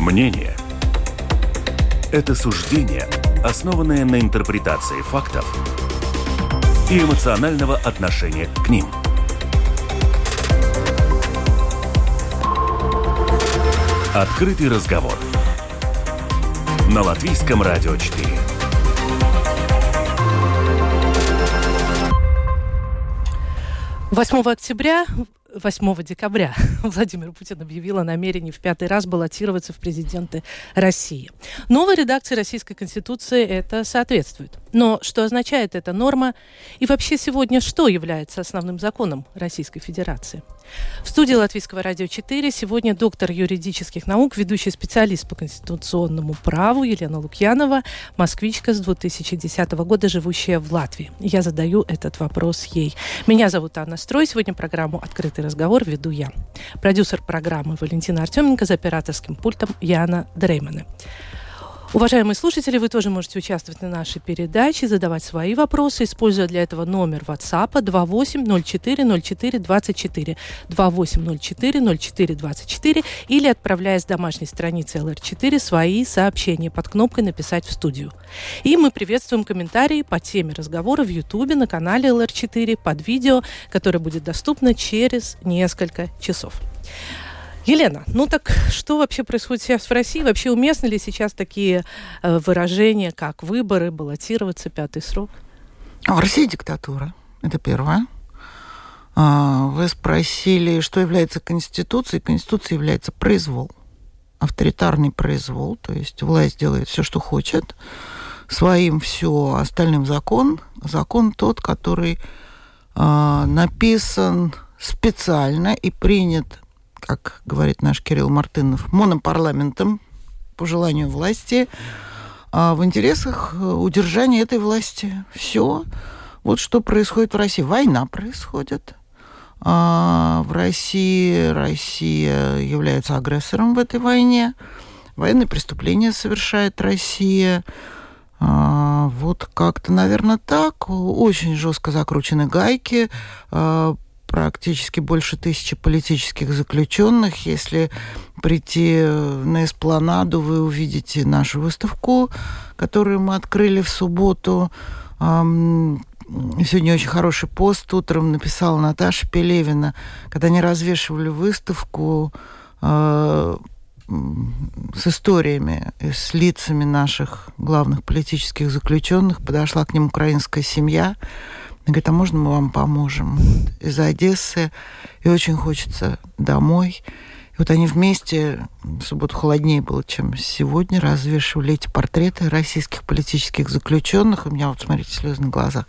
Мнение – это суждение, основанное на интерпретации фактов и эмоционального отношения к ним. Открытый разговор на Латвийском радио 4. Октября 8 декабря Владимир Путин объявил о намерении в 5-й раз баллотироваться в президенты России. Новой редакции Российской Конституции это соответствует. Но что означает эта норма? И вообще сегодня что является основным законом Российской Федерации? В студии Латвийского радио 4 сегодня доктор юридических наук, ведущий специалист по конституционному праву Елена Лукьянова, москвичка с 2010 года, живущая в Латвии. Я задаю этот вопрос ей. Меня зовут Анна Строй. Сегодня программу «Открытый разговор» веду я. Продюсер программы Валентина Артеменко, за операторским пультом Яна Дреймане. Уважаемые слушатели, вы тоже можете участвовать на нашей передаче, задавать свои вопросы, используя для этого номер WhatsApp 28040424, 28040424, или отправляя с домашней страницы LR4 свои сообщения под кнопкой «Написать в студию». И мы приветствуем комментарии по теме разговора в Ютубе на канале LR4 под видео, которое будет доступно через несколько часов. Елена, так что вообще происходит сейчас в России? Вообще уместны ли сейчас такие выражения, как выборы, баллотироваться, 5-й срок? В России диктатура. Это первое. Вы спросили, что является Конституцией. Конституция является произвол. Авторитарный произвол. То есть власть делает все, что хочет. Своим все, остальным закон. Закон тот, который написан специально и принят, как говорит наш Кирилл Мартынов, монопарламентом по желанию власти, в интересах удержания этой власти. Все. Вот что происходит в России. Война происходит. В России Россия является агрессором в этой войне. Военные преступления совершает Россия. Вот как-то, наверное, так. Очень жестко закручены гайки. Практически больше 1000 политических заключенных. Если прийти на эспланаду, вы увидите нашу выставку, которую мы открыли в субботу. Сегодня очень хороший пост утром написала Наташа Пелевина, когда они развешивали выставку с историями, с лицами наших главных политических заключенных. Подошла к ним украинская семья. Она говорит, а можно мы вам поможем? Из Одессы. И очень хочется домой. И вот они вместе, в субботу холоднее было, чем сегодня, развешивали эти портреты российских политических заключенных. У меня, вот смотрите, слезы на глазах.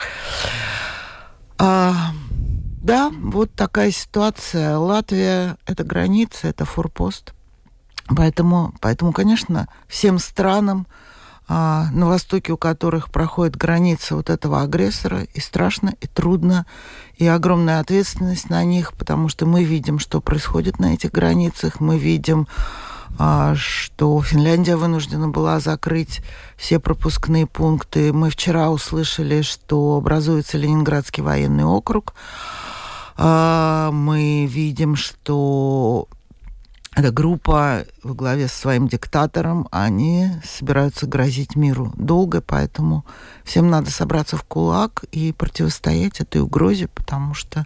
Да, вот такая ситуация. Латвия – это граница, это форпост. Поэтому, конечно, всем странам, на востоке, у которых проходит граница вот этого агрессора, и страшно, и трудно, и огромная ответственность на них, потому что мы видим, что происходит на этих границах, мы видим, что Финляндия вынуждена была закрыть все пропускные пункты. Мы вчера услышали, что образуется Ленинградский военный округ. Мы видим, что эта группа во главе со своим диктатором, они собираются грозить миру долго, поэтому всем надо собраться в кулак и противостоять этой угрозе, потому что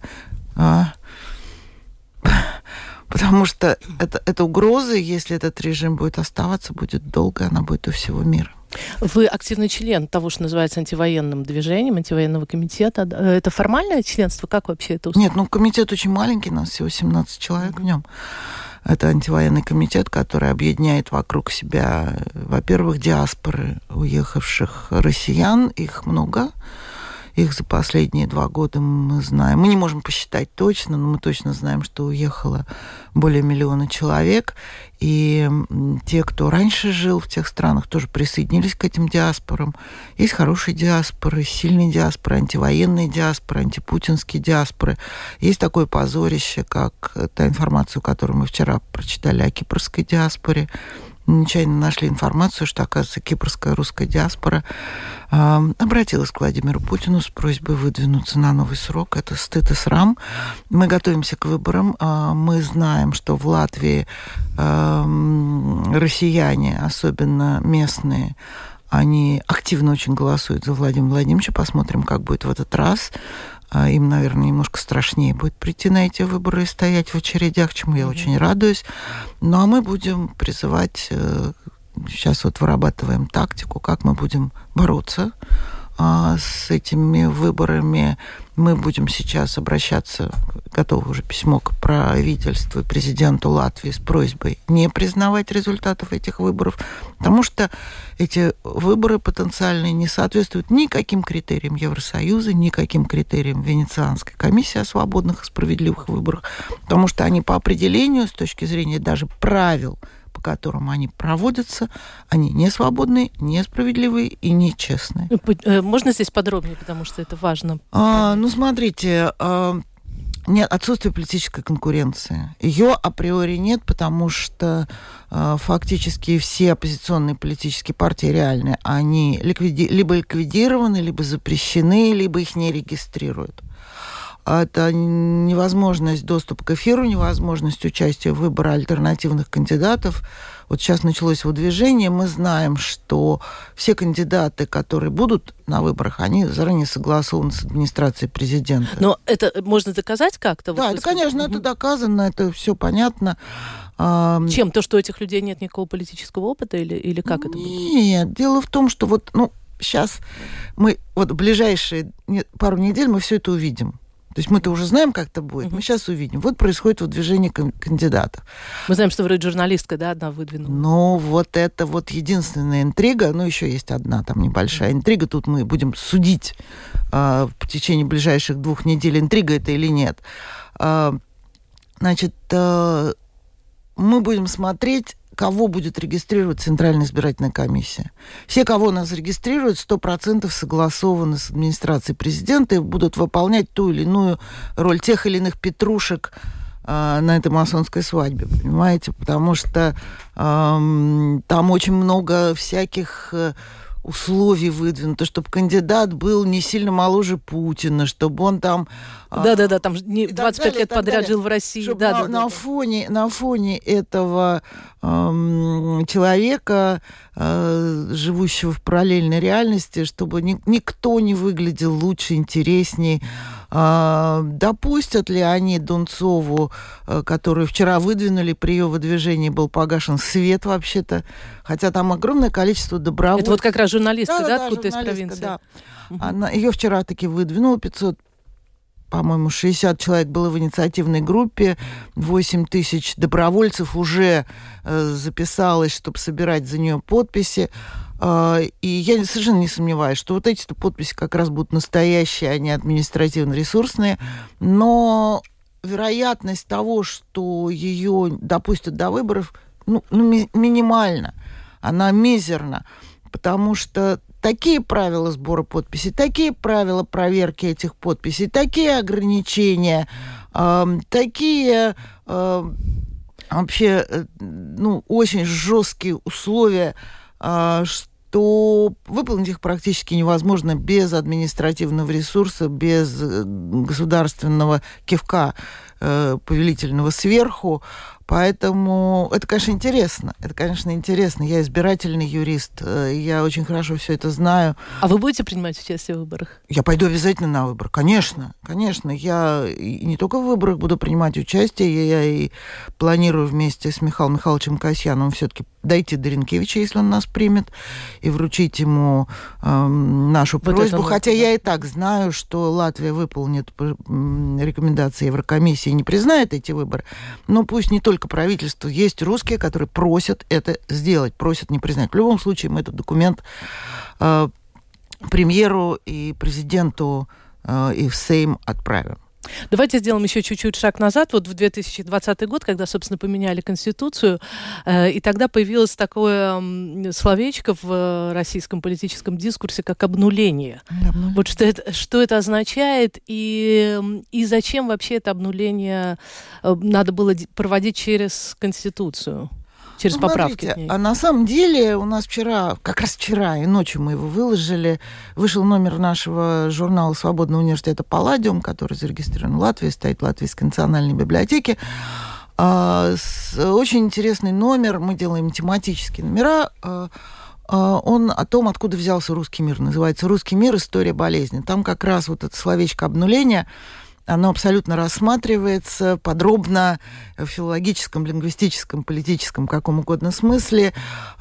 эта угроза, если этот режим будет оставаться, будет долго, она будет у всего мира. Вы активный член того, что называется антивоенным движением, антивоенного комитета. Это формальное членство? Как вообще это устроено? Нет, комитет очень маленький, у нас всего 17 человек в нем. Это антивоенный комитет, который объединяет вокруг себя, во-первых, диаспоры уехавших россиян. Их много. Их за последние 2 года мы знаем. Мы не можем посчитать точно, но мы точно знаем, что уехало более 1 миллиона человек. И те, кто раньше жил в тех странах, тоже присоединились к этим диаспорам. Есть хорошие диаспоры, сильные диаспоры, антивоенные диаспоры, антипутинские диаспоры. Есть такое позорище, как та информация, которую мы вчера прочитали о кипрской диаспоре. Нечаянно нашли информацию, что, оказывается, кипрская русская диаспора обратилась к Владимиру Путину с просьбой выдвинуться на новый срок. Это стыд и срам. Мы готовимся к выборам. Мы знаем, что в Латвии россияне, особенно местные, они активно очень голосуют за Владимира Владимировича. Посмотрим, как будет в этот раз. Им, наверное, немножко страшнее будет прийти на эти выборы и стоять в очередях, чему я очень радуюсь. Ну, а мы будем призывать, сейчас вот вырабатываем тактику, как мы будем бороться с этими выборами. Мы будем сейчас обращаться, готово уже письмо к правительству и президенту Латвии с просьбой не признавать результатов этих выборов, потому что эти выборы потенциальные не соответствуют никаким критериям Евросоюза, никаким критериям Венецианской комиссии о свободных и справедливых выборах, потому что они по определению, с точки зрения даже правил, по которым они проводятся, они не свободные, несправедливые и нечестные. Можно здесь подробнее, потому что это важно? Ну, смотрите, нет, отсутствие политической конкуренции. Ее априори нет, потому что фактически все оппозиционные политические партии реальные, они либо ликвидированы, либо запрещены, либо их не регистрируют. Это невозможность доступа к эфиру, невозможность участия в выборе альтернативных кандидатов. Вот сейчас началось выдвижение. Мы знаем, что все кандидаты, которые будут на выборах, они заранее согласованы с администрацией президента. Но это можно доказать как-то? Да, это, конечно, это доказано, это все понятно. Чем? То, что у этих людей нет никакого политического опыта или как это будет? Нет, дело в том, что сейчас мы в ближайшие пару недель мы все это увидим. То есть мы-то уже знаем, как это будет. Мы сейчас увидим. Вот происходит выдвижение кандидатов. Мы знаем, что вроде журналистка, да, одна выдвинула. Ну, вот это вот единственная интрига. Ну, еще есть одна там небольшая интрига. Тут мы будем судить в течение ближайших 2 недель, интрига это или нет. Значит, мы будем смотреть, кого будет регистрировать Центральная избирательная комиссия. Все, кого нас регистрируют, 100% согласованы с администрацией президента и будут выполнять ту или иную роль тех или иных петрушек на этой масонской свадьбе, понимаете? Потому что там очень много всяких условий выдвинуто, чтобы кандидат был не сильно моложе Путина, чтобы он там... Да-да-да, там 25 лет подряд жил в России. На фоне этого человека, живущего в параллельной реальности, чтобы никто не выглядел лучше, интереснее. Допустят ли они Дунцову, которую вчера выдвинули, при ее выдвижении был погашен свет вообще-то, хотя там огромное количество добровольцев. Это вот как раз журналистка, да, откуда из провинции? Да. Ее вчера таки выдвинуло 500, по-моему, 60 человек было в инициативной группе, 8 тысяч добровольцев уже записалось, чтобы собирать за нее подписи. И я совершенно не сомневаюсь, что вот эти подписи как раз будут настоящие, а не административно-ресурсные. Но вероятность того, что ее допустят до выборов, минимальна. Она мизерна. Потому что такие правила сбора подписей, такие правила проверки этих подписей, такие ограничения, такие вообще очень жесткие условия, что выполнить их практически невозможно без административного ресурса, без государственного кивка повелительного сверху. Поэтому это, конечно, интересно. Я избирательный юрист, я очень хорошо все это знаю. А вы будете принимать участие в выборах? Я пойду обязательно на выборы, конечно. Я и не только в выборах буду принимать участие, я и планирую вместе с Михаилом Михайловичем Касьяновым все-таки дойти до Ренкевича, если он нас примет, и вручить ему нашу просьбу. Хотя я и так знаю, что Латвия выполнит рекомендации Еврокомиссии и не признает эти выборы. Но пусть не только правительство, есть русские, которые просят это сделать, просят не признать. В любом случае мы этот документ премьеру и президенту и в Сейм отправим. Давайте сделаем еще чуть-чуть шаг назад. Вот в 2020 год, когда, собственно, поменяли Конституцию, и тогда появилось такое словечко в российском политическом дискурсе, как обнуление. Вот что это означает, и зачем вообще это обнуление надо было проводить через Конституцию? Через поправки. Смотрите, а на самом деле у нас как раз вчера и ночью мы его выложили, вышел номер нашего журнала «Свободного университета Палладиум», который зарегистрирован в Латвии, стоит в Латвийской национальной библиотеке. Очень интересный номер, мы делаем тематические номера, он о том, откуда взялся русский мир. Называется «Русский мир. История болезни». Там как раз вот это словечко «обнуление», оно абсолютно рассматривается подробно в филологическом, лингвистическом, политическом, каком угодно смысле.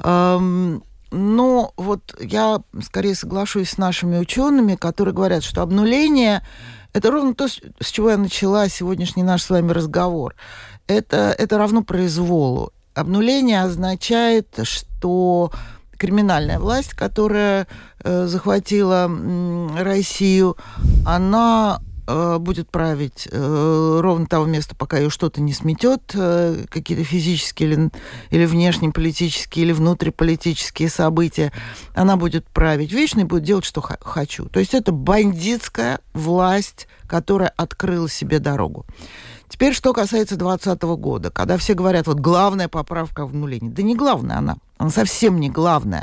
Но вот я скорее соглашусь с нашими учеными, которые говорят, что обнуление – это ровно то, с чего я начала сегодняшний наш с вами разговор. Это равно произволу. Обнуление означает, что криминальная власть, которая захватила Россию, она будет править ровно того места, пока ее что-то не сметет, какие-то физические или внешнеполитические, или внутриполитические события. Она будет править вечно и будет делать, что хочу. То есть это бандитская власть, которая открыла себе дорогу. Теперь, что касается 2020 года, когда все говорят, вот главная поправка в обнулении. Да не главная она совсем не главная.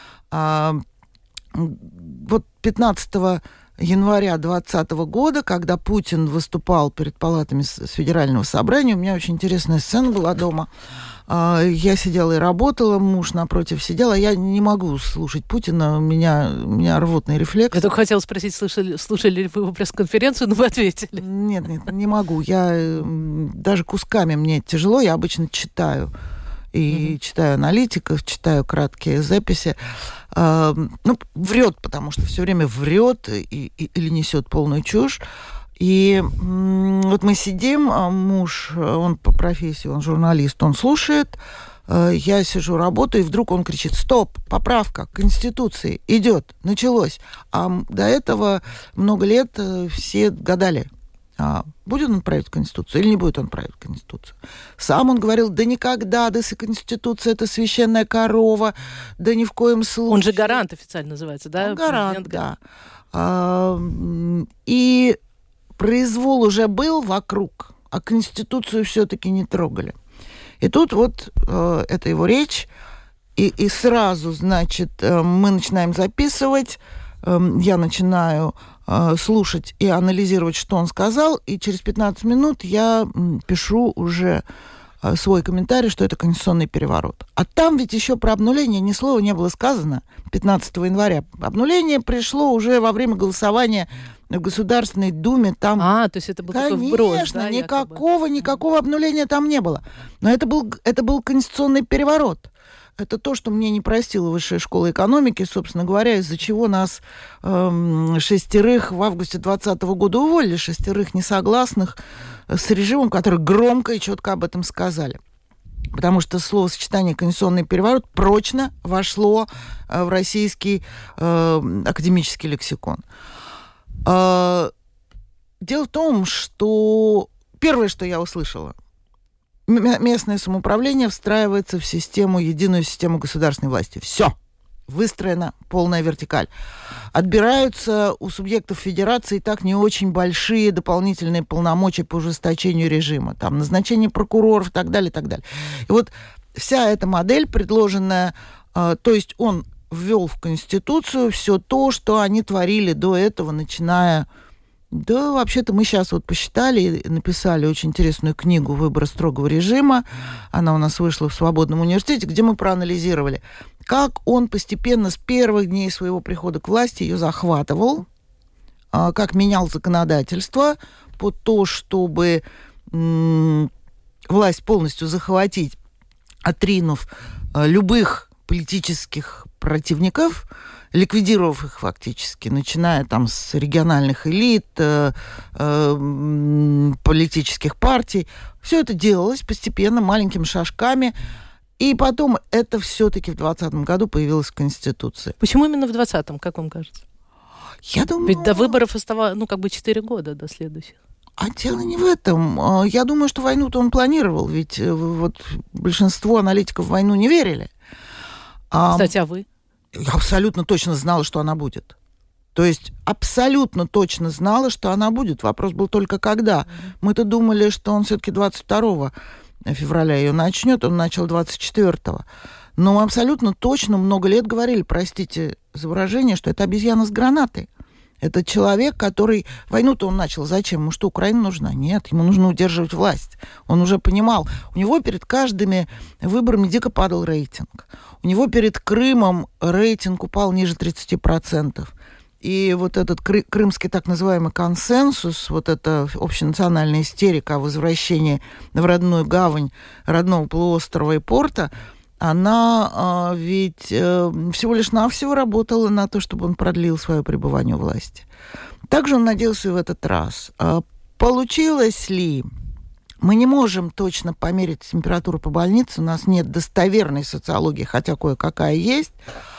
Вот 15 января 2020 года, когда Путин выступал перед палатами Федерального собрания, у меня очень интересная сцена была дома. Я сидела и работала, муж напротив сидел, а я не могу слушать Путина, у меня рвотный рефлекс. Я только хотела спросить, слушали ли вы его пресс-конференцию, но вы ответили. Нет, не могу. Я даже кусками мне тяжело, я обычно читаю. И читаю аналитиков, читаю краткие записи. Врет, потому что все время врет или несет полную чушь. И вот мы сидим, муж, он по профессии, он журналист, он слушает, я сижу, работаю, и вдруг он кричит: стоп, поправка к Конституции идет, началось. А до этого много лет все гадали, будет он править Конституцию или не будет он править Конституцию. Сам он говорил: да никогда, да Конституция — это священная корова, да ни в коем случае. Он же гарант официально называется, да? Он гарант, да. И произвол уже был вокруг, а Конституцию все-таки не трогали. И тут вот это его речь, и сразу, значит, мы начинаем записывать, я начинаю слушать и анализировать, что он сказал, и через 15 минут я пишу уже свой комментарий, что это конституционный переворот. А там ведь еще про обнуление ни слова не было сказано 15 января. Обнуление пришло уже во время голосования в Государственной Думе. Там, то есть это был такой вброс, конечно, да, никакого обнуления там не было. Но это был конституционный переворот. Это то, что мне не простила Высшая школа экономики, собственно говоря, из-за чего нас 6 в августе 2020 года уволили, 6 несогласных с режимом, которые громко и четко об этом сказали. Потому что словосочетание «конституционный переворот» прочно вошло в российский академический лексикон. Дело в том, что первое, что я услышала, местное самоуправление встраивается в единую систему государственной власти. Все. Выстроена полная вертикаль. Отбираются у субъектов федерации так не очень большие дополнительные полномочия по ужесточению режима. Там назначение прокуроров и так далее, и так далее. И вот вся эта модель, предложенная, то есть он ввел в Конституцию все то, что они творили до этого, начиная... Да, вообще-то мы сейчас вот посчитали и написали очень интересную книгу «Выбор строгого режима». Она у нас вышла в Свободном университете, где мы проанализировали, как он постепенно с первых дней своего прихода к власти ее захватывал, как менял законодательство под то, чтобы власть полностью захватить, отринув любых политических противников, ликвидировав их фактически, начиная там с региональных элит, политических партий. Все это делалось постепенно, маленькими шажками. И потом это все-таки в 2020 году появилось в Конституции. Почему именно в 2020, как вам кажется? Я думаю... Ведь до выборов оставалось, 4 года до следующих. А дело не в этом. Я думаю, что войну-то он планировал, ведь вот большинство аналитиков в войну не верили. Кстати, а вы? Я абсолютно точно знала, что она будет. То есть абсолютно точно знала, что она будет. Вопрос был только когда. Мы-то думали, что он все-таки 22 февраля ее начнет, он начал 24-го. Но мы абсолютно точно много лет говорили, простите за выражение, что это обезьяна с гранатой. Это человек, который... Войну-то он начал зачем? Ему что, Украина нужна? Нет, ему нужно удерживать власть. Он уже понимал. У него перед каждыми выборами дико падал рейтинг. У него перед Крымом рейтинг упал ниже 30%. И вот этот крымский так называемый консенсус, вот эта общенациональная истерика о возвращении в родную гавань родного полуострова и порта, она ведь всего лишь навсего работала на то, чтобы он продлил свое пребывание у власти. Также он надеялся и в этот раз. Получилось ли? Мы не можем точно померить температуру по больнице, у нас нет достоверной социологии, хотя кое-какая есть.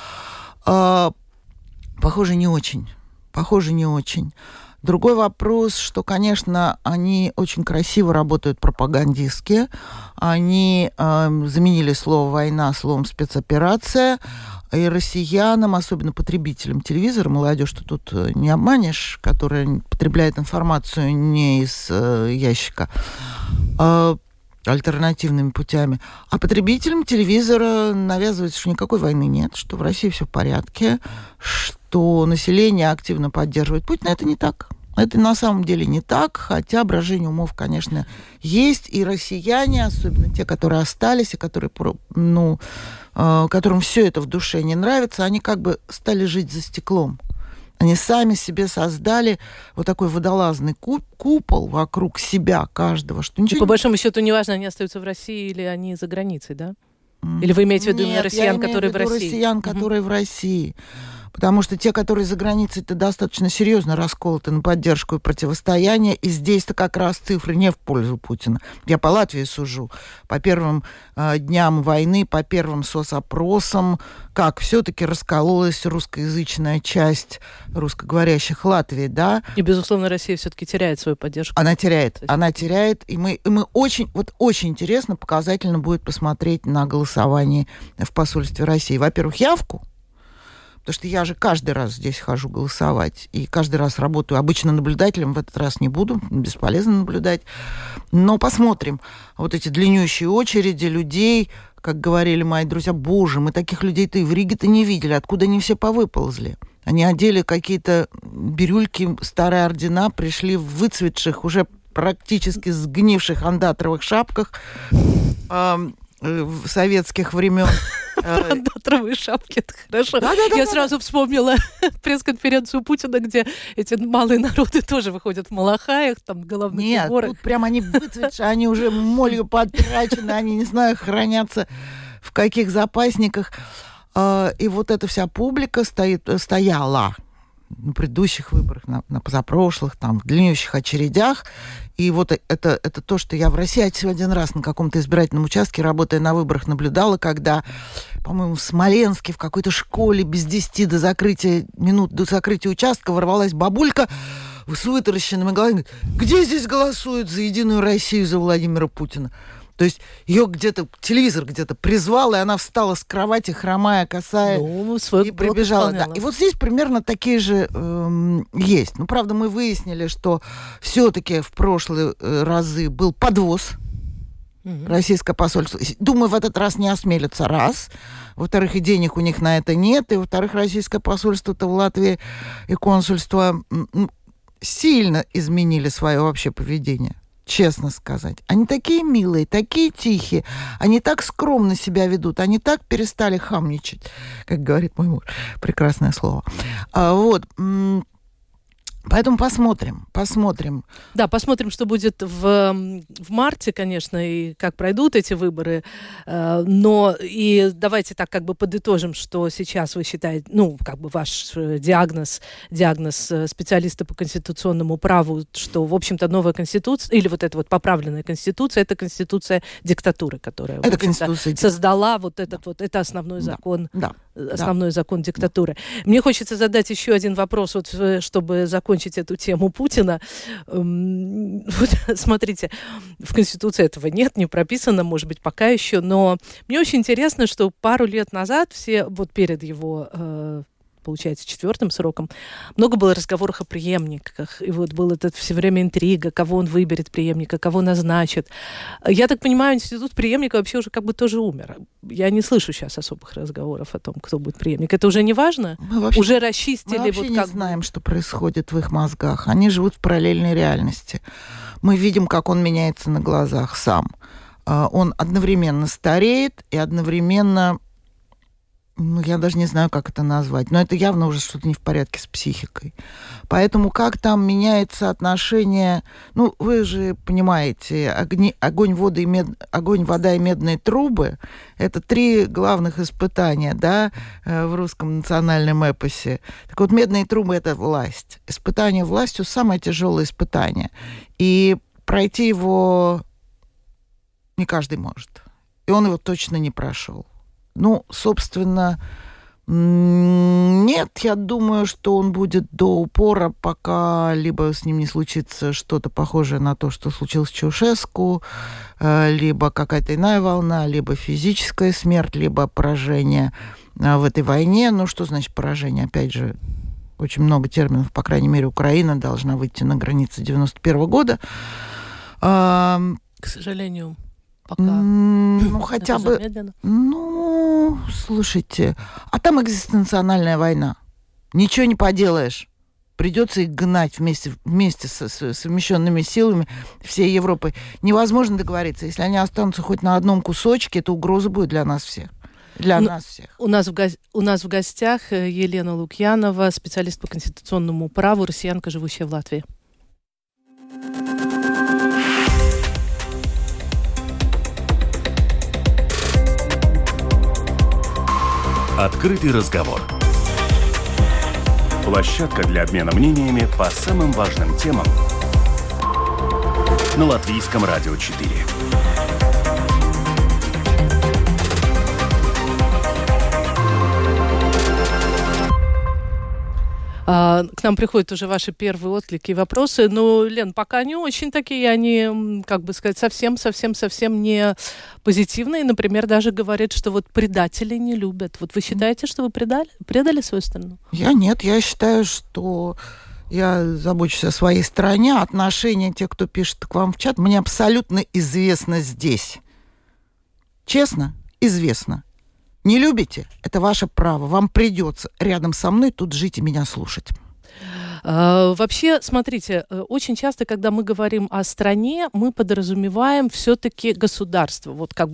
Похоже, не очень. Похоже, не очень. Другой вопрос, что, конечно, они очень красиво работают пропагандистски. Они заменили слово «война» словом «спецоперация». И россиянам, особенно потребителям телевизора, молодежь, что тут не обманешь, которая потребляет информацию не из ящика, альтернативными путями. А потребителям телевизора навязывается, что никакой войны нет, что в России все в порядке, что население активно поддерживает Путина. Это не так. Это на самом деле не так, хотя брожение умов, конечно, есть. И россияне, особенно те, которые остались, и которые, которым все это в душе не нравится, они как бы стали жить за стеклом. Они сами себе создали вот такой водолазный купол вокруг себя каждого. Что ничего... И по большому счету неважно, они остаются в России или они за границей, да? Или вы имеете в виду именно россиян, которые в России? Россиян, которые в России. Потому что те, которые за границей, это достаточно серьезно расколоты на поддержку и противостояние. И здесь-то как раз цифры не в пользу Путина. Я по Латвии сужу. По первым дням войны, по первым соцопросам, как все-таки раскололась русскоязычная часть русскоговорящих Латвии, да? И, безусловно, Россия все-таки теряет свою поддержку. Она теряет. И мы очень интересно, показательно будет посмотреть на голосование в посольстве России. Во-первых, явку. Потому что я же каждый раз здесь хожу голосовать. И каждый раз работаю обычно наблюдателем. В этот раз не буду. Бесполезно наблюдать. Но посмотрим. Вот эти длиннющие очереди людей, как говорили мои друзья, боже, мы таких людей-то и в Риге-то не видели. Откуда они все повыползли? Они одели какие-то бирюльки, старые ордена, пришли в выцветших, уже практически сгнивших андатровых шапках советских времен. Андатровые шапки, это хорошо. Я сразу вспомнила пресс-конференцию Путина, где эти малые народы тоже выходят в малахаях, там, головных уборах. Нет, тут прям они выцветшие, они уже молью потрачены, они, не знаю, хранятся в каких запасниках. И вот эта вся публика стояла на предыдущих выборах, на позапрошлых, там, в длиннющих очередях. И вот это то, что я в России один раз на каком-то избирательном участке, работая на выборах, наблюдала, когда, по-моему, в Смоленске в какой-то школе без 10 минут до закрытия участка ворвалась бабулька с вытаращенными глазами. Где здесь голосуют за Единую Россию, за Владимира Путина? То есть ее где-то, телевизор где-то призвал, и она встала с кровати, хромая, косая, и прибежала. Да. И вот здесь примерно такие же есть. Ну, правда, мы выяснили, что все-таки в прошлые разы был подвоз российское посольство. Думаю, в этот раз не осмелятся, раз. Во-вторых, и денег у них на это нет. И, во-вторых, российское посольство-то в Латвии и консульство сильно изменили свое вообще поведение. Честно сказать. Они такие милые, такие тихие, они так скромно себя ведут, они так перестали хамничать, как говорит мой муж. Прекрасное слово. Вот. Поэтому посмотрим. Да, посмотрим, что будет в марте, конечно, и как пройдут эти выборы. Но и давайте так как бы подытожим, что сейчас вы считаете, ну, как бы ваш диагноз специалиста по конституционному праву, что, в общем-то, новая конституция, или вот эта вот поправленная конституция, это конституция диктатуры, которая, это конституция создала вот этот вот, это основной закон, основной закон диктатуры. Мне хочется задать еще один вопрос, вот, чтобы закончить эту тему Путина. Вот, смотрите, в Конституции этого нет, не прописано, может быть, пока еще, но мне очень интересно, что пару лет назад все, вот перед его получается, 4-м сроком, много было разговоров о преемниках. И вот была эта все время интрига, кого он выберет преемника, кого назначит. Я так понимаю, институт преемника вообще уже как бы тоже умер. Я не слышу сейчас особых разговоров о том, кто будет преемник. Это уже не важно? Уже расчистили? Мы вообще не знаем, что происходит в их мозгах. Они живут в параллельной реальности. Мы видим, как он меняется на глазах сам. Он одновременно стареет и одновременно... я даже не знаю, как это назвать, но это явно уже что-то не в порядке с психикой. Поэтому как там меняется отношение... вы же понимаете, огонь, вода и медные трубы — это 3 главных испытания, да, в русском национальном эпосе. Так вот, медные трубы — это власть. Испытание властью — самое тяжелое испытание. И пройти его не каждый может. И он его точно не прошел. Собственно, нет, я думаю, что он будет до упора, пока либо с ним не случится что-то похожее на то, что случилось с Чаушеску, либо какая-то иная волна, либо физическая смерть, либо поражение в этой войне. Что значит поражение? Опять же, очень много терминов, по крайней мере, Украина должна выйти на границы 91 года. К сожалению, пока. Хотя бы... Медленно. Слушайте, а там экзистенциональная война. Ничего не поделаешь. Придется их гнать вместе с совмещенными силами всей Европы. Невозможно договориться. Если они останутся хоть на одном кусочке, то угроза будет для нас всех. Нас всех. У нас в гостях Елена Лукьянова, специалист по конституционному праву, россиянка, живущая в Латвии. Открытый разговор. Площадка для обмена мнениями по самым важным темам на Латвийском радио 4. К нам приходят уже ваши первые отклики и вопросы. Лен, пока не очень такие, они, как бы сказать, совсем не позитивные. Например, даже говорят, что предатели не любят. Вы считаете, что вы предали свою страну? Я считаю, что я забочусь о своей стране. Отношение тех, кто пишет к вам в чат, мне абсолютно известно здесь. Честно, известно. Не любите? Это ваше право. Вам придется рядом со мной тут жить и меня слушать. Вообще, смотрите, очень часто, когда мы говорим о стране, мы подразумеваем все-таки государство.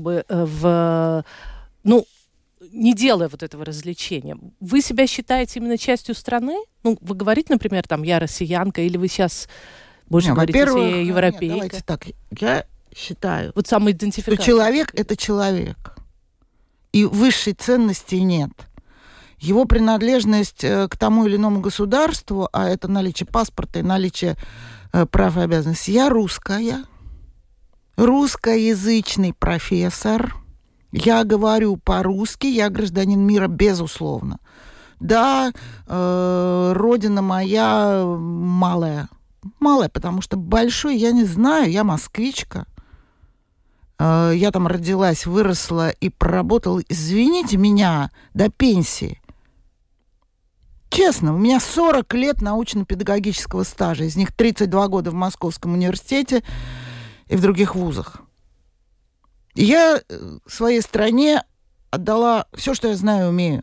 Не делая этого развлечения. Вы себя считаете именно частью страны? Вы говорите, например, я россиянка, или вы сейчас больше говорите, что я европейка? Давайте так. Я считаю, самоидентификация. Что человек — это человек. И высшей ценности нет. Его принадлежность к тому или иному государству, а это наличие паспорта и наличие прав и обязанностей. Я русская, русскоязычный профессор. Я говорю по-русски, я гражданин мира, безусловно. Да, родина моя малая. Малая, потому что большой я не знаю, я москвичка. Я там родилась, выросла и проработала, извините меня, до пенсии. Честно, у меня 40 лет научно-педагогического стажа. Из них 32 года в Московском университете и в других вузах. Я своей стране отдала все, что я знаю и умею.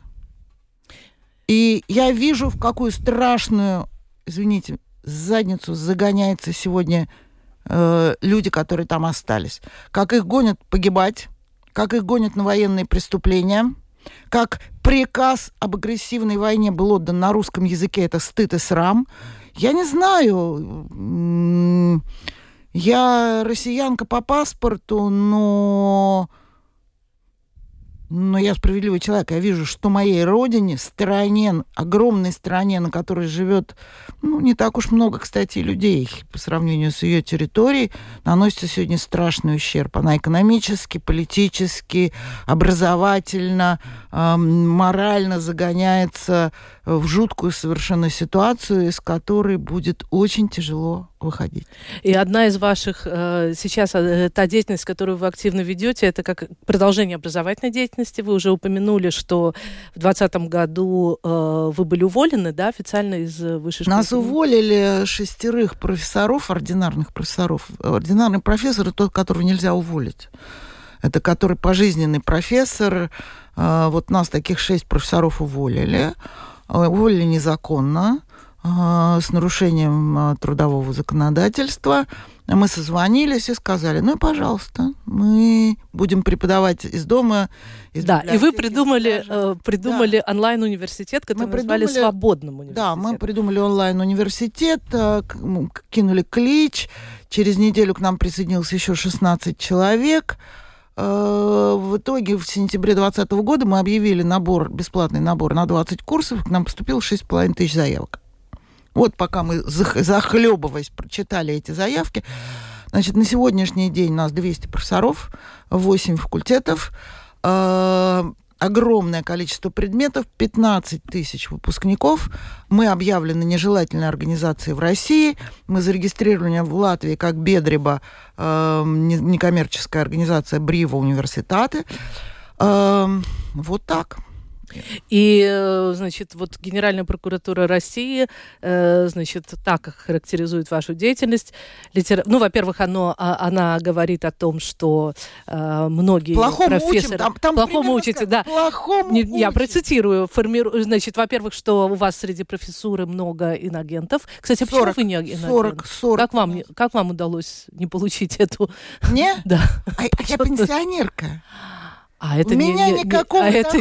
И я вижу, в какую страшную, извините, задницу загоняется сегодня люди, которые там остались. Как их гонят погибать, как их гонят на военные преступления, как приказ об агрессивной войне был отдан на русском языке, это стыд и срам. Я не знаю, я россиянка по паспорту, но я справедливый человек. Я вижу, что моей родине, стране, огромной стране, на которой живет, не так уж много, кстати, людей по сравнению с ее территорией, наносится сегодня страшный ущерб. Она экономически, политически, образовательно, морально загоняется в жуткую совершенно ситуацию, из которой будет очень тяжело выходить. И одна из ваших сейчас, та деятельность, которую вы активно ведете, это как продолжение образовательной деятельности. Вы уже упомянули, что в 2020 году вы были уволены, да, официально из высшей школы? Нас уволили 6 профессоров, ординарных профессоров. Ординарный профессор – это тот, которого нельзя уволить. Это который пожизненный профессор. Вот нас таких 6 профессоров уволили. Уволили незаконно, с нарушением трудового законодательства. Мы созвонились и сказали, ну, пожалуйста, мы будем преподавать из дома. Да, и вы придумали онлайн-университет, который назвали «Свободным университетом». Да, мы придумали онлайн-университет, кинули клич. Через неделю к нам присоединилось еще 16 человек. В итоге в сентябре 2020 года мы объявили бесплатный набор на 20 курсов. К нам поступило 6,5 тысяч заявок. Вот пока мы, захлебываясь, прочитали эти заявки. Значит, на сегодняшний день у нас 200 профессоров, 8 факультетов, огромное количество предметов, 15 тысяч выпускников. Мы объявлены нежелательной организацией в России. Мы зарегистрированы в Латвии как Бедреба, некоммерческая организация Брива Университаты. Вот так. И, значит, вот Генеральная прокуратура России, значит, так характеризует вашу деятельность. Ну, во-первых, она говорит о том, что многие профессоры... Плохому учите, да. Я процитирую. Значит, во-первых, что у вас среди профессуры много инагентов. Кстати, почему вы не инагент? 40. Как вам удалось не получить эту... Мне? Да. Я пенсионерка. Это никакого дохода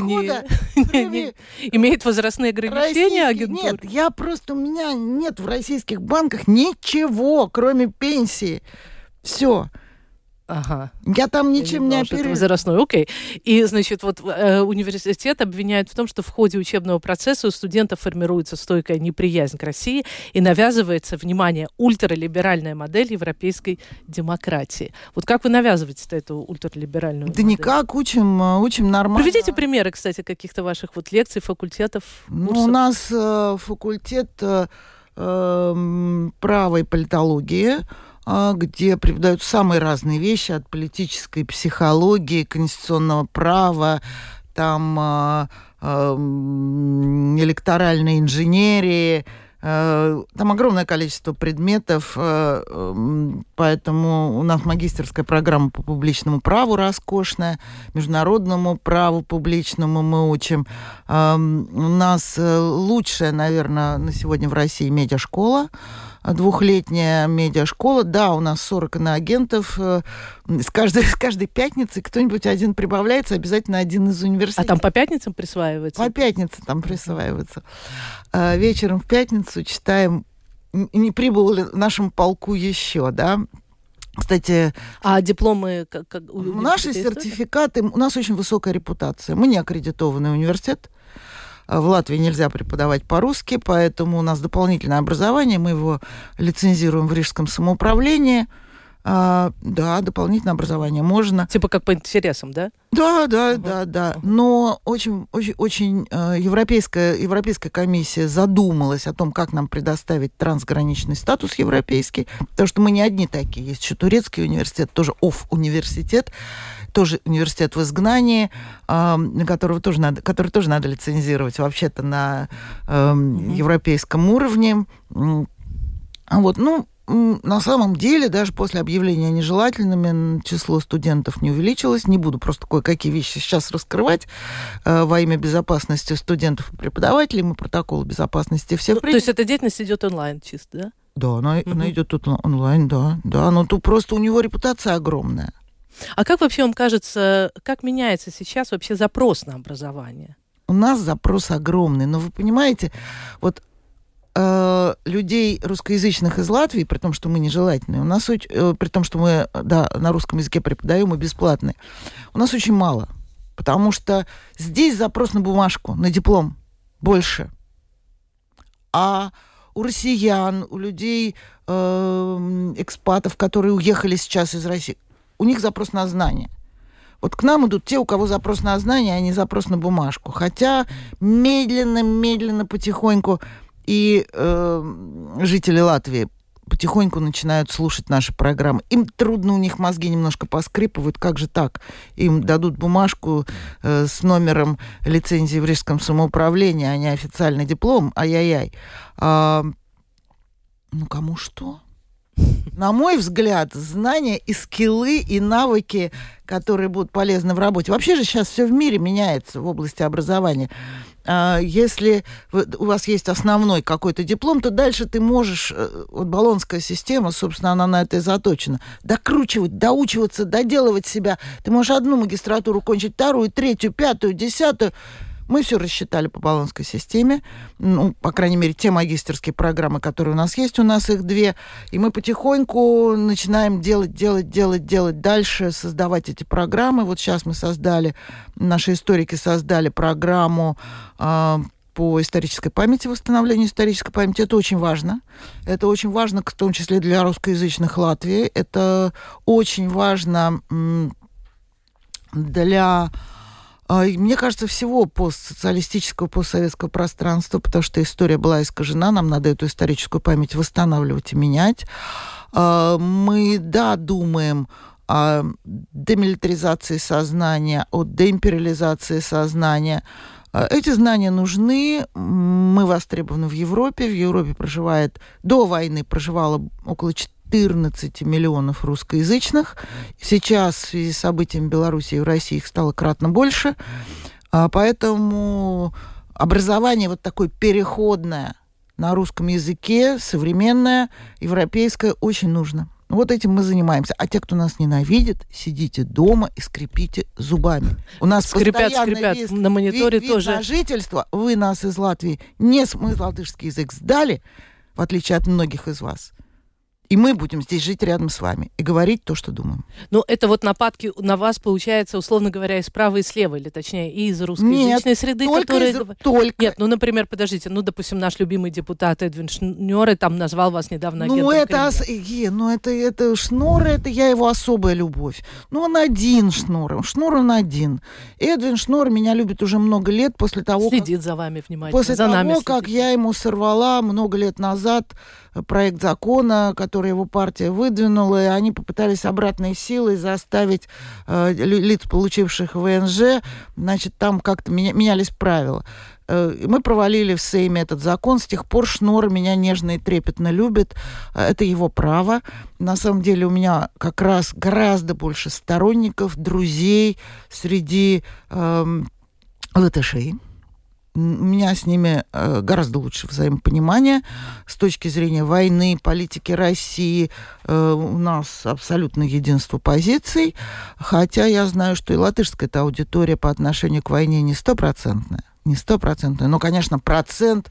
имеет возрастные ограничения агентура? Нет, у меня нет в российских банках ничего, кроме пенсии. Все. Ага. Я там ничем не оперирую. Возрастной, окей. И, значит, вот университет обвиняет в том, что в ходе учебного процесса у студентов формируется стойкая неприязнь к России и навязывается, внимание, ультралиберальная модель европейской демократии. Вот как вы навязываете эту ультралиберальную модель? Никак, учим нормально. Приведите примеры, кстати, каких-то ваших вот лекций, факультетов, курсов. У нас факультет права и политологии, где преподают самые разные вещи, от политической психологии, конституционного права, там электоральной инженерии, там огромное количество предметов, поэтому у нас магистерская программа по публичному праву роскошная, международному праву публичному мы учим. У нас лучшая, наверное, на сегодня в России медиашкола, 2-летняя медиашкола. Да, у нас 40 иноагентов. С каждой пятницы кто-нибудь один прибавляется, обязательно один из университетов. А там по пятницам присваивается? По пятницам там присваивается. Вечером в пятницу читаем, не прибыл ли в нашем полку еще, да. Кстати, дипломы наши сертификаты, у нас очень высокая репутация. Мы не аккредитованный университет. В Латвии нельзя преподавать по-русски, поэтому у нас дополнительное образование, мы его лицензируем в Рижском самоуправлении. Да, дополнительное образование можно. Типа как по интересам, да? Да. Но очень Европейская комиссия задумалась о том, как нам предоставить трансграничный статус европейский, потому что мы не одни такие. Есть еще турецкий университет, тоже университет, тоже университет в изгнании, который тоже надо лицензировать вообще-то на европейском уровне. На самом деле, даже после объявления нежелательными число студентов не увеличилось. Не буду просто кое-какие вещи сейчас раскрывать во имя безопасности студентов и преподавателей. Мы протоколы безопасности все приняли. То есть эта деятельность идет онлайн чисто, да? Да, она идет тут онлайн, да. Но тут просто у него репутация огромная. А как вообще вам кажется, как меняется сейчас вообще запрос на образование? У нас запрос огромный. Но вы понимаете, вот людей русскоязычных из Латвии, при том, что мы нежелательные, у нас, при том, что мы на русском языке преподаем и бесплатные, у нас очень мало. Потому что здесь запрос на бумажку, на диплом больше. А у россиян, у людей, экспатов, которые уехали сейчас из России, у них запрос на знания. Вот к нам идут те, у кого запрос на знания, а не запрос на бумажку. Хотя медленно, потихоньку и жители Латвии потихоньку начинают слушать наши программы. Им трудно, у них мозги немножко поскрипывают. Как же так? Им дадут бумажку с номером лицензии в Рижском самоуправлении, а не официальный диплом. Ай-яй-яй. Кому что? На мой взгляд, знания и скиллы, и навыки, которые будут полезны в работе. Вообще же сейчас все в мире меняется в области образования. Если у вас есть основной какой-то диплом, то дальше ты можешь, вот болонская система, собственно, она на это и заточена, докручивать, доучиваться, доделывать себя. Ты можешь одну магистратуру кончить, вторую, третью, пятую, десятую. Мы все рассчитали по болонской системе, по крайней мере, те магистерские программы, которые у нас есть, у нас их 2, и мы потихоньку начинаем делать дальше, создавать эти программы. Вот сейчас мы наши историки создали программу по исторической памяти, восстановлению исторической памяти. Это очень важно. Это очень важно, в том числе для русскоязычных Латвии. Это очень важно для... Мне кажется, всего постсоциалистического, постсоветского пространства, потому что история была искажена, нам надо эту историческую память восстанавливать и менять. Мы, думаем о демилитаризации сознания, о деимпериализации сознания. Эти знания нужны, мы востребованы в Европе. В Европе до войны проживало около 14 миллионов русскоязычных. Сейчас в связи с событиями в Беларуси и в России их стало кратно больше. Поэтому образование вот такое переходное на русском языке, современное, европейское, очень нужно. Вот этим мы занимаемся. А те, кто нас ненавидит, сидите дома и скрипите зубами. У нас скрипят постоянно на мониторе вид тоже. На жительство. Вы нас из Латвии мы латышский язык сдали, в отличие от многих из вас. И мы будем здесь жить рядом с вами и говорить то, что думаем. Ну, это вот нападки на вас, получается, условно говоря, и справа, и слева, или точнее, и из русскоязычной среды, которые... Нет, например, подождите, допустим, наш любимый депутат Эдвин Шнёре там назвал вас недавно агентом Кремля. Это Шнёре, это его особая любовь. Он один Шнёре. Шнёр он один. Эдвин Шнёре меня любит уже много лет после того, следит за вами внимательно. После того, как я ему сорвала много лет назад проект закона, который его партия выдвинула, и они попытались обратной силой заставить лиц, получивших ВНЖ, там как-то менялись правила. Мы провалили в Сейме этот закон. С тех пор Шнёр меня нежно и трепетно любит. Это его право. На самом деле у меня как раз гораздо больше сторонников, друзей среди латышей. У меня с ними гораздо лучше взаимопонимание с точки зрения войны, политики России. У нас абсолютно единство позиций, хотя я знаю, что и латышская аудитория по отношению к войне не стопроцентная, но, конечно, процент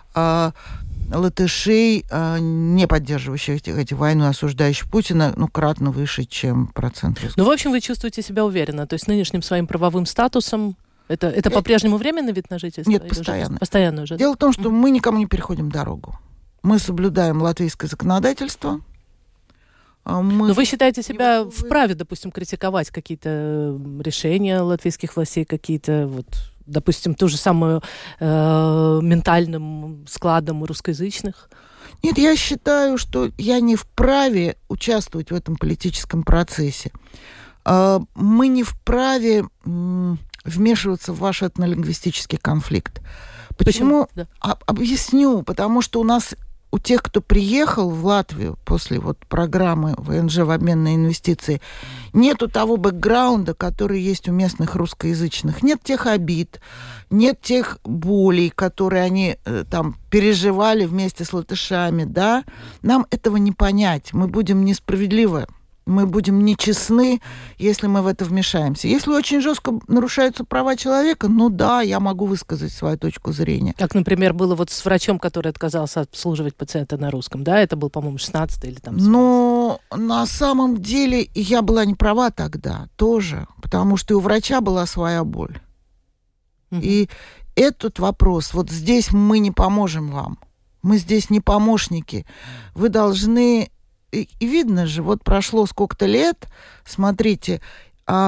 латышей, не поддерживающих эти войну, осуждающих Путина, кратно выше, чем процент русских. В общем, вы чувствуете себя уверенно, то есть нынешним своим правовым статусом. Это по-прежнему временный вид на жительство? Нет, постоянно. Постоянно уже. Дело в том, что мы никому не переходим дорогу. Мы соблюдаем латвийское законодательство. Но вы считаете себя вправе, допустим, критиковать какие-то решения латвийских властей, какие-то, допустим, ту же самую ментальным складом русскоязычных? Нет, я считаю, что я не вправе участвовать в этом политическом процессе. Мы не вправе вмешиваться в ваш этнолингвистический конфликт. Почему? Да. Объясню. Потому что у тех, кто приехал в Латвию после программы ВНЖ в обмен на инвестиции, нету того бэкграунда, который есть у местных русскоязычных. Нет тех обид, нет тех болей, которые они переживали вместе с латышами. Да? Нам этого не понять. Мы будем несправедливы. Мы будем нечестны, если мы в это вмешаемся. Если очень жестко нарушаются права человека, я могу высказать свою точку зрения. Как, например, было с врачом, который отказался обслуживать пациента на русском, да? Это был, по-моему, 16-й или 17-й. Но на самом деле я была не права тогда тоже, потому что и у врача была своя боль. Угу. И этот вопрос, здесь мы не поможем вам. Мы здесь не помощники. Вы должны... И видно же, прошло сколько-то лет, смотрите,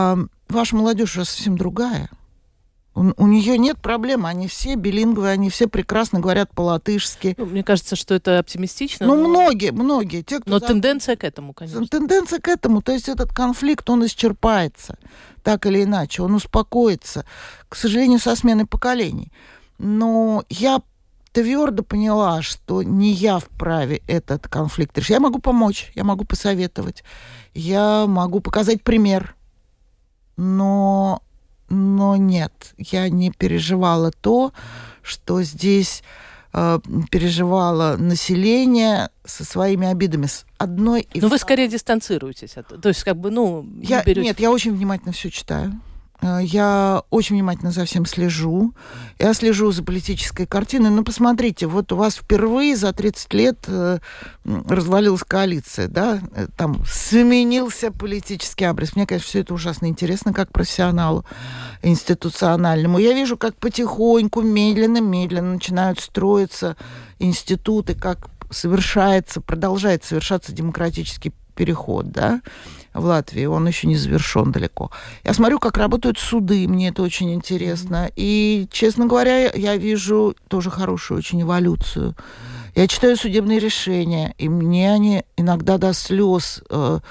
ваша молодежь уже совсем другая. У нее нет проблем, они все билингвы, они все прекрасно говорят по-латышски. Мне кажется, что это оптимистично. Многие. Те, кто тенденция к этому, конечно. Тенденция к этому, то есть этот конфликт, он исчерпается, так или иначе, он успокоится, к сожалению, со сменой поколений. Но я твердо поняла, что не я вправе этот конфликт решить. Я могу помочь, я могу посоветовать, я могу показать пример, но нет, я не переживала то, что здесь переживало население со своими обидами. С одной и вы скорее дистанцируетесь от этого. То есть, Нет, я очень внимательно все читаю. Я очень внимательно за всем слежу. Я слежу за политической картиной. Но посмотрите, вот у вас впервые за 30 лет развалилась коалиция, да? Там сменился политический образ. Мне, конечно, все это ужасно интересно, как профессионалу институциональному. Я вижу, как потихоньку, медленно начинают строиться институты, как продолжает совершаться демократический переход, да, в Латвии. Он еще не завершен далеко. Я смотрю, как работают суды, мне это очень интересно. И, честно говоря, я вижу тоже хорошую очень эволюцию. Я читаю судебные решения, и мне они иногда до слез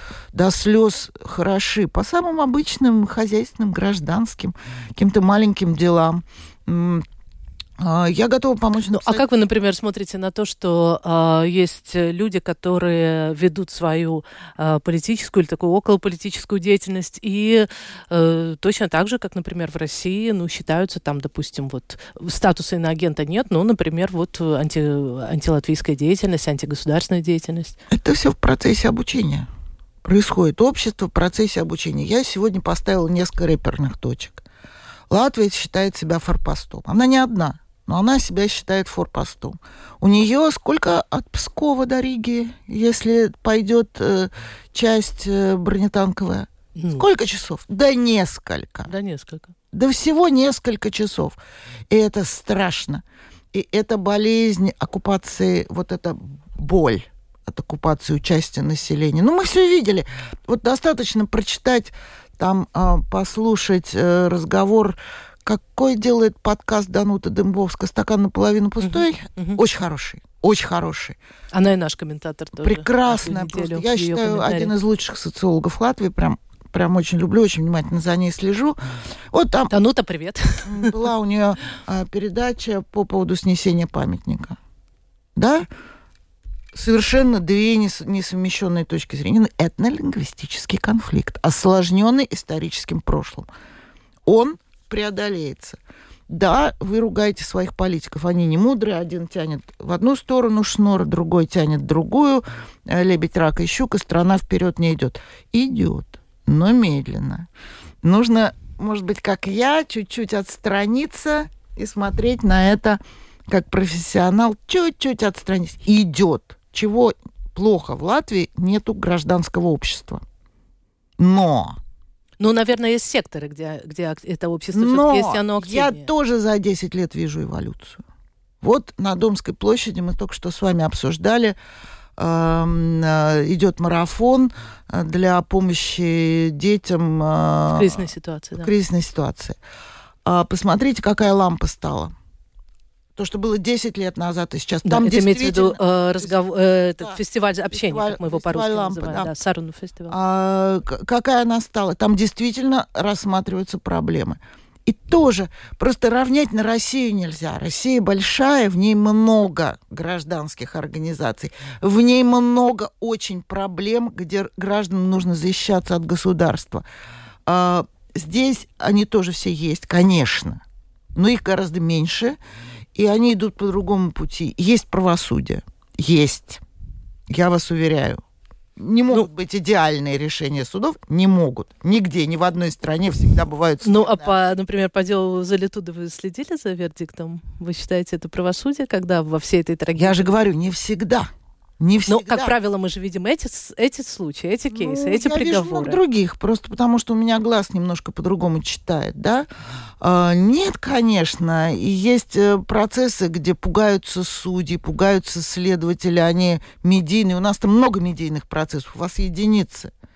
хороши по самым обычным хозяйственным, гражданским, каким-то маленьким делам. Я готова помочь. А как вы, например, смотрите на то, что есть люди, которые ведут свою политическую или такую околополитическую деятельность и точно так же, как, например, в России, считаются там, допустим, вот статуса иноагента нет, но, например, вот антилатвийская деятельность, антигосударственная деятельность? Это все в процессе обучения. Происходит общество в процессе обучения. Я сегодня поставила несколько реперных точек. Латвия считает себя форпостом. Она не одна. Но она себя считает форпостом. У нее сколько от Пскова до Риги, если пойдет часть бронетанковая? Сколько часов? Да несколько. Да всего несколько часов. И это страшно. И это болезнь оккупации, вот эта боль от оккупации участия населения. Мы все видели. Вот достаточно прочитать, там послушать разговор, какой делает подкаст Данута Дембовская «Стакан наполовину пустой». Очень хороший, очень хороший. Она и наш комментатор тоже. Прекрасная просто. Я считаю, один из лучших социологов Латвии. Прям очень люблю, очень внимательно за ней слежу. Вот там Данута, привет. Была у нее передача по поводу снесения памятника. Да? Совершенно две несовмещенные точки зрения. Этнолингвистический конфликт, осложненный историческим прошлым. Он преодолеется. Да, вы ругаете своих политиков, они не мудрые, один тянет в одну сторону шнур, другой тянет в другую, лебедь, рак и щука, страна вперед не идет. Идет, но медленно. Нужно, может быть, как я, чуть-чуть отстраниться и смотреть на это как профессионал, чуть-чуть отстраниться. Идет. Чего плохо в Латвии, нету гражданского общества. Но... наверное, есть секторы, где это общество все-таки есть, оно активнее. Я тоже за 10 лет вижу эволюцию. Вот на Домской площади мы только что с вами обсуждали, идет марафон для помощи детям в кризисной ситуации. Посмотрите, какая лампа стала. То, что было 10 лет назад и сейчас. Да, там это имеется в виду фестиваль общения, как мы его по-русски называем. Да, Саруну фестиваль. Какая она стала? Там действительно рассматриваются проблемы. И тоже просто равнять на Россию нельзя. Россия большая, в ней много гражданских организаций, в ней много очень проблем, где гражданам нужно защищаться от государства. Здесь они тоже все есть, конечно, но их гораздо меньше. И они идут по другому пути. Есть правосудие. Есть. Я вас уверяю. Не могут быть идеальные решения судов. Не могут. Нигде, ни в одной стране всегда бывают... например, по делу Залитуда вы следили за вердиктом? Вы считаете, это правосудие, когда во всей этой трагедии... Я же говорю, не всегда. Не всегда. Но, как правило, мы же видим эти случаи, эти кейсы, эти приговоры. Я вижу много других, просто потому что у меня глаз немножко по-другому читает, да? Нет, конечно, и есть процессы, где пугаются судьи, пугаются следователи, они медийные. У нас там много медийных процессов, у вас единицы.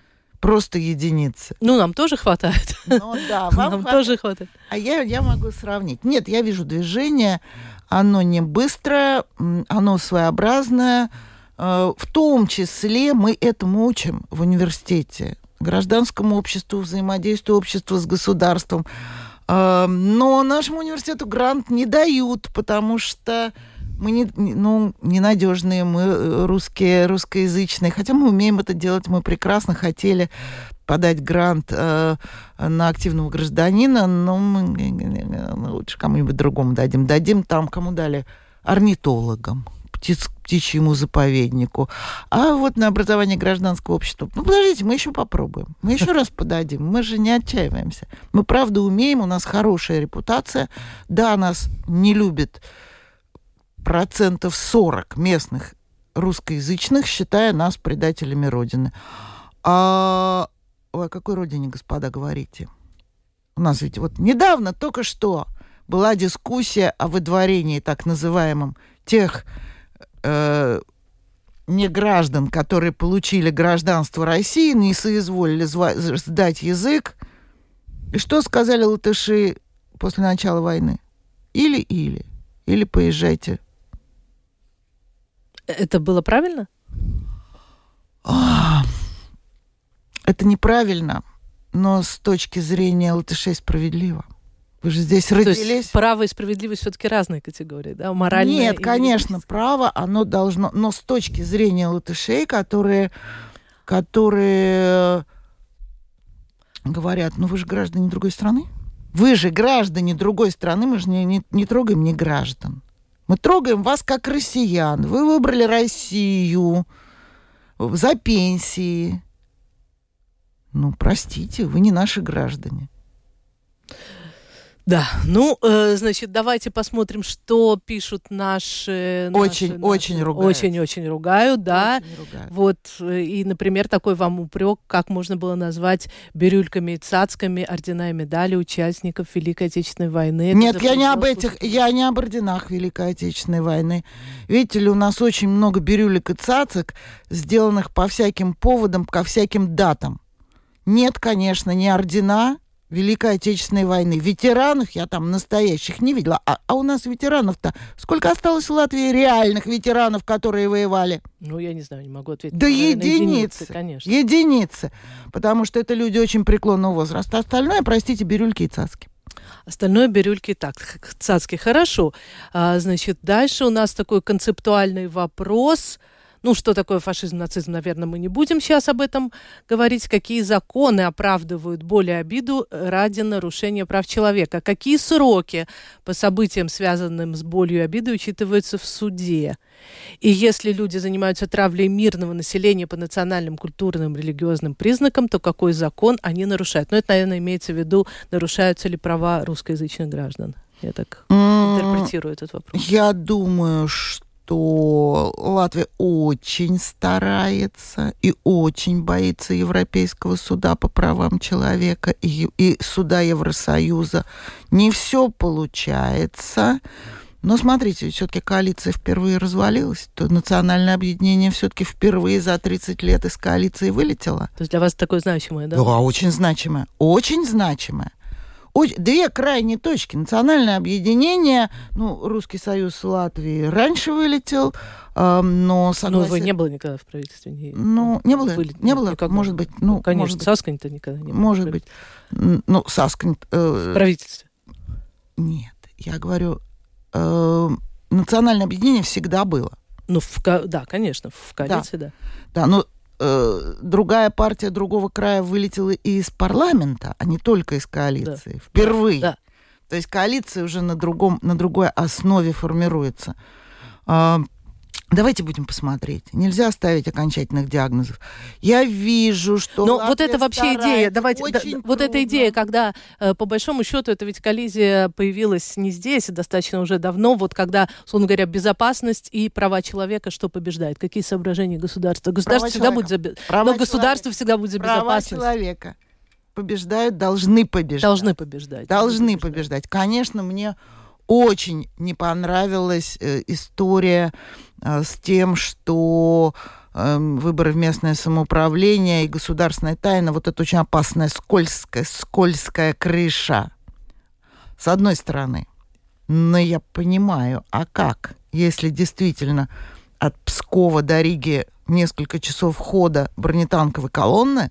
просто единицы. Ну, нам тоже хватает. Ну да, нам тоже хватает. А я могу сравнить. Нет, я вижу движение, оно не быстрое, оно своеобразное. В том числе мы этому учим в университете. Гражданскому обществу, взаимодействию общества с государством. Но нашему университету грант не дают, потому что мы ненадежные, мы русскоязычные. Хотя мы умеем это делать, мы прекрасно хотели подать грант на активного гражданина, но мы лучше кому-нибудь другому дадим. Дадим там, кому дали, орнитологам, птичьему заповеднику. А вот на образование гражданского общества, подождите, мы еще попробуем. Мы еще раз подадим. Мы же не отчаиваемся. Мы правда умеем, у нас хорошая репутация. Да, нас не любят 40% местных русскоязычных, считая нас предателями Родины. А о какой Родине, господа, говорите? У нас ведь вот недавно, только что, была дискуссия о выдворении так называемом тех неграждан, которые получили гражданство России, не соизволили сдать язык. И что сказали латыши после начала войны? Или поезжайте. Это было правильно? Это неправильно, но с точки зрения латышей справедливо. Вы же здесь родились. То есть право и справедливость все-таки разные категории, да? Моральная. Нет, конечно, право, оно должно... Но с точки зрения латышей, которые говорят, вы же граждане другой страны. Вы же граждане другой страны, мы же не трогаем не граждан. Мы трогаем вас как россиян. Вы выбрали Россию за пенсии. Простите, вы не наши граждане. Да, значит, давайте посмотрим, что пишут наши... Очень ругают. Очень ругают, да. Очень ругают. Вот, и, например, такой вам упрек, как можно было назвать бирюльками и цацками ордена и медали участников Великой Отечественной войны. Нет, я не об орденах Великой Отечественной войны. Видите ли, у нас очень много бирюлек и цацок, сделанных по всяким поводам, ко всяким датам. Нет, конечно, не ордена Великой Отечественной войны. Ветеранов я там настоящих не видела. А у нас ветеранов-то... Сколько осталось в Латвии реальных ветеранов, которые воевали? Я не знаю, не могу ответить. Да единицы, конечно. Единицы. Потому что это люди очень преклонного возраста. Остальное, простите, бирюльки и цацки. Остальное бирюльки и цацки. Хорошо. Значит, дальше у нас такой концептуальный вопрос... что такое фашизм, нацизм, наверное, мы не будем сейчас об этом говорить. Какие законы оправдывают боль и обиду ради нарушения прав человека? Какие сроки по событиям, связанным с болью и обидой, учитываются в суде? И если люди занимаются травлей мирного населения по национальным, культурным, религиозным признакам, то какой закон они нарушают? Это, наверное, имеется в виду, нарушаются ли права русскоязычных граждан. Я так интерпретирую этот вопрос. Я думаю, что Латвия очень старается и очень боится Европейского суда по правам человека и суда Евросоюза. Не все получается. Но смотрите, все-таки коалиция впервые развалилась. То национальное объединение все-таки впервые за 30 лет из коалиции вылетело. То есть для вас такое значимое, да? Да, очень значимое. Очень значимое. Две крайние точки. Национальное объединение, Русский Союз Латвии раньше вылетел, но согласен... вы не было никогда в правительстве? Не было? Не было? Никогда. Может быть. Конечно, Саскань-то никогда не было. Может быть. Саскань... В правительстве? Нет, я говорю, национальное объединение всегда было. Да, конечно, в коалиции, да. Да, но другая партия другого края вылетела и из парламента, а не только из коалиции. Да. Впервые. Да. То есть коалиция уже на другой основе формируется. Давайте будем посмотреть. Нельзя ставить окончательных диагнозов. Я вижу, что... Но вот это вообще идея. Вот эта идея, когда, по большому счету, это ведь коллизия появилась не здесь, достаточно уже давно, вот когда, условно говоря, безопасность и права человека, что побеждает? Какие соображения государства? Государство всегда будет за безопасность. Права человека побеждают, должны побеждать. Должны побеждать. Конечно, мне очень не понравилась история с тем, что выборы в местное самоуправление и государственная тайна, вот это очень опасная, скользкая крыша. С одной стороны. Но я понимаю, а как, если действительно от Пскова до Риги несколько часов хода бронетанковой колонны?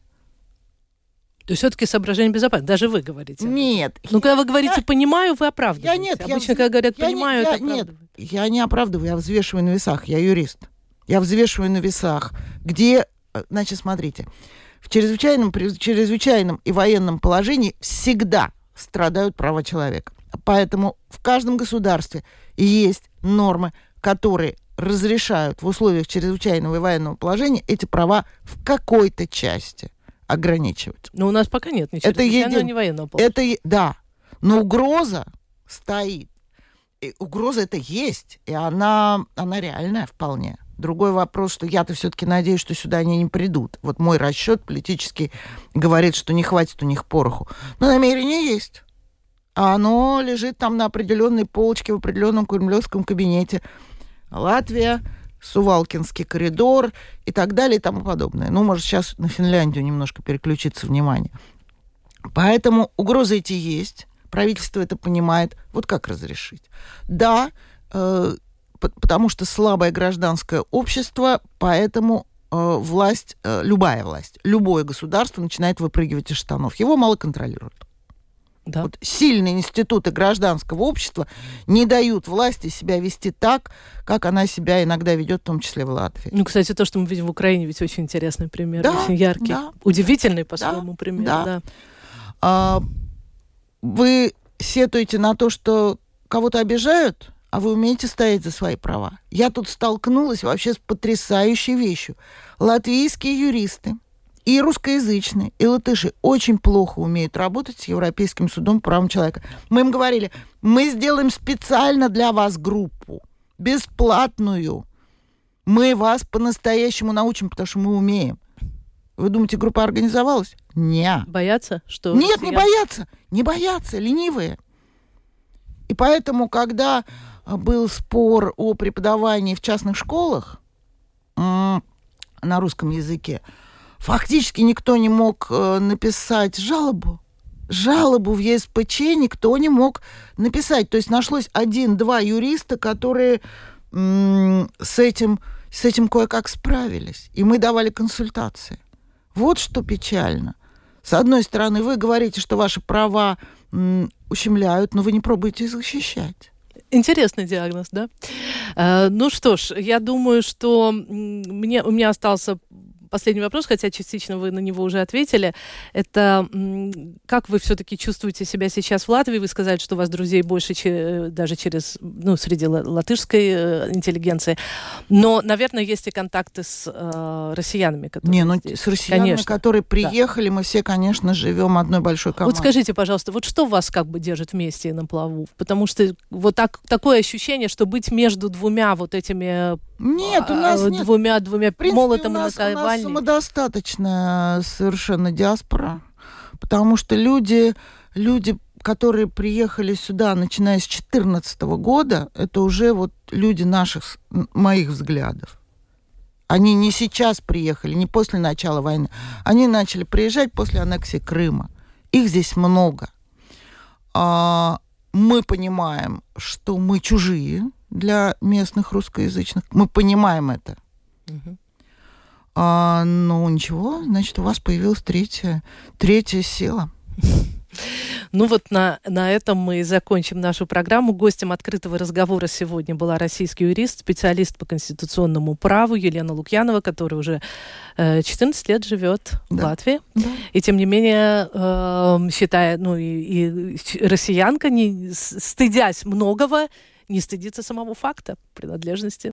То есть все-таки соображение безопасности. Даже вы говорите. Нет. Ну, когда вы говорите «понимаю», вы оправдываете. Нет, обычно, когда говорят «понимаю», это оправдывает. Нет, я не оправдываю, я взвешиваю на весах, я юрист. Я взвешиваю на весах, где, значит, смотрите, при чрезвычайном и военном положении всегда страдают права человека. Поэтому в каждом государстве есть нормы, которые разрешают в условиях чрезвычайного и военного положения эти права в какой-то части ограничивать. Но у нас пока нет ни чрезвычайного, ни военного положения. Да, но угроза стоит. И угроза это есть, и она реальная вполне. Другой вопрос, что я-то все-таки надеюсь, что сюда они не придут. Вот мой расчет политический говорит, что не хватит у них пороху. Но намерение есть. А оно лежит там на определенной полочке в определенном кремлевском кабинете. Латвия, Сувалкинский коридор и так далее и тому подобное. Ну, может, сейчас на Финляндию немножко переключиться внимание. Поэтому угрозы эти есть. Правительство это понимает. Вот как разрешить? Да, потому что слабое гражданское общество, поэтому власть, любая власть, любое государство начинает выпрыгивать из штанов. Его мало контролируют. Да. Вот сильные институты гражданского общества не дают власти себя вести так, как она себя иногда ведет, в том числе в Латвии. Ну, кстати, то, что мы видим в Украине, ведь очень интересный пример, да, очень яркий, да, удивительный по-своему пример. Да. Да. Вы сетуете на то, что кого-то обижают, а вы умеете стоять за свои права. Я тут столкнулась вообще с потрясающей вещью. Латвийские юристы и русскоязычные, и латыши очень плохо умеют работать с Европейским судом по правам человека. Мы им говорили, мы сделаем специально для вас группу, бесплатную. Мы вас по-настоящему научим, потому что мы умеем. Вы думаете, группа организовалась? Нет. Боятся? Что Нет, не боятся, ленивые. И поэтому, когда был спор о преподавании в частных школах на русском языке, фактически никто не мог написать жалобу. Жалобу в ЕСПЧ никто не мог написать. То есть нашлось 1-2 юриста, которые с этим кое-как справились. И мы давали консультации. Вот что печально. С одной стороны, вы говорите, что ваши права ущемляют, но вы не пробуете их защищать. Интересный диагноз, да? Ну что ж, я думаю, что у меня остался последний вопрос, хотя частично вы на него уже ответили. Это как вы все-таки чувствуете себя сейчас в Латвии? Вы сказали, что у вас друзей больше даже через, среди латышской интеллигенции. Но, наверное, есть и контакты с россиянами, которые здесь. С россиянами, конечно, которые приехали, да. Мы все, конечно, живем одной большой командой. Вот скажите, пожалуйста, вот что вас как бы держит вместе и на плаву? Потому что вот такое ощущение, что быть между двумя вот этими... Нет, у нас нет. Двумя молотами наковальней. Самодостаточная совершенно диаспора, потому что люди, которые приехали сюда, начиная с 2014 года, это уже вот люди моих взглядов. Они не сейчас приехали, не после начала войны. Они начали приезжать после аннексии Крыма. Их здесь много. Мы понимаем, что мы чужие для местных русскоязычных. Мы понимаем это. Угу. Ну, ничего, значит, у вас появилась третья сила. Ну вот на этом мы закончим нашу программу. Гостем открытого разговора сегодня была российский юрист, специалист по конституционному праву Елена Лукьянова, которая уже 14 лет живет в Латвии. Да. И тем не менее, считая, и россиянка, стыдясь многого, не стыдится самого факта принадлежности